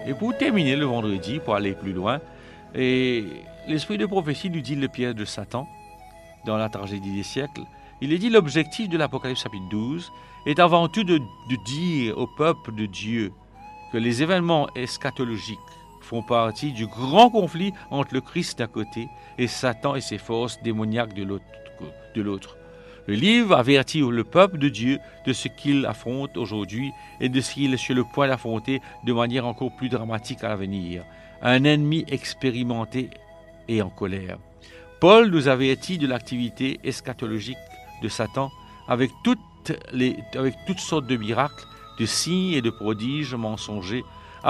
Et pour terminer le vendredi, pour aller plus loin, et l'esprit de prophétie nous dit le piège de Satan dans la tragédie des siècles. Il est dit l'objectif de l'Apocalypse chapitre 12 est avant tout de dire au peuple de Dieu que les événements eschatologiques font partie du grand conflit entre le Christ d'un côté et Satan et ses forces démoniaques de l'autre. Le livre avertit le peuple de Dieu de ce qu'il affronte aujourd'hui et de ce qu'il est sur le point d'affronter de manière encore plus dramatique à l'avenir. Un ennemi expérimenté et en colère. Paul nous avertit de l'activité eschatologique de Satan avec toutes sortes de miracles, de signes et de prodiges mensongers,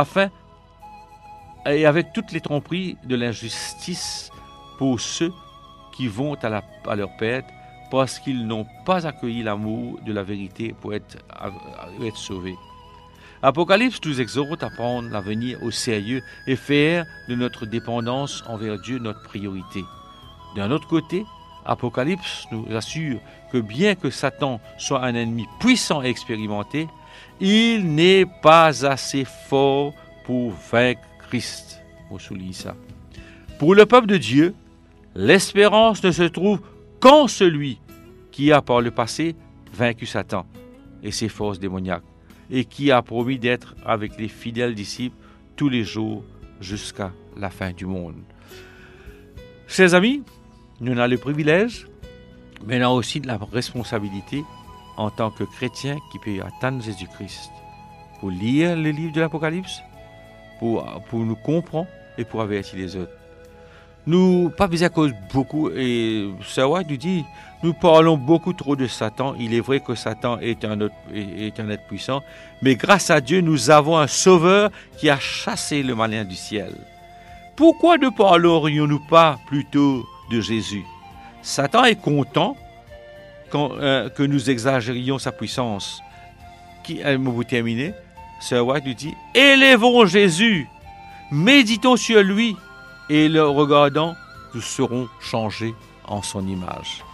et avec toutes les tromperies de l'injustice pour ceux qui vont à leur perte parce qu'ils n'ont pas accueilli l'amour de la vérité pour être sauvés. Apocalypse nous exhorte à prendre l'avenir au sérieux et faire de notre dépendance envers Dieu notre priorité. D'un autre côté, Apocalypse nous assure que bien que Satan soit un ennemi puissant et expérimenté, il n'est pas assez fort pour vaincre Christ. On souligne ça. Pour le peuple de Dieu, l'espérance ne se trouve qu'en celui qui a par le passé vaincu Satan et ses forces démoniaques et qui a promis d'être avec les fidèles disciples tous les jours jusqu'à la fin du monde. Chers amis, nous avons le privilège, mais nous avons aussi de la responsabilité en tant que chrétiens qui peut attendre Jésus-Christ pour lire le livre de l'Apocalypse, pour nous comprendre et pour avertir les autres. Nous, pas besoin cause beaucoup, et Sir White nous dit, nous parlons beaucoup trop de Satan. Il est vrai que Satan est un être puissant, mais grâce à Dieu, nous avons un sauveur qui a chassé le malin du ciel. Pourquoi ne parlerions-nous pas plutôt de Jésus? Satan est content que nous exagérions sa puissance. Pour terminer, Sir White nous dit, élevons Jésus, méditons sur lui, et le regardant, nous serons changés en son image.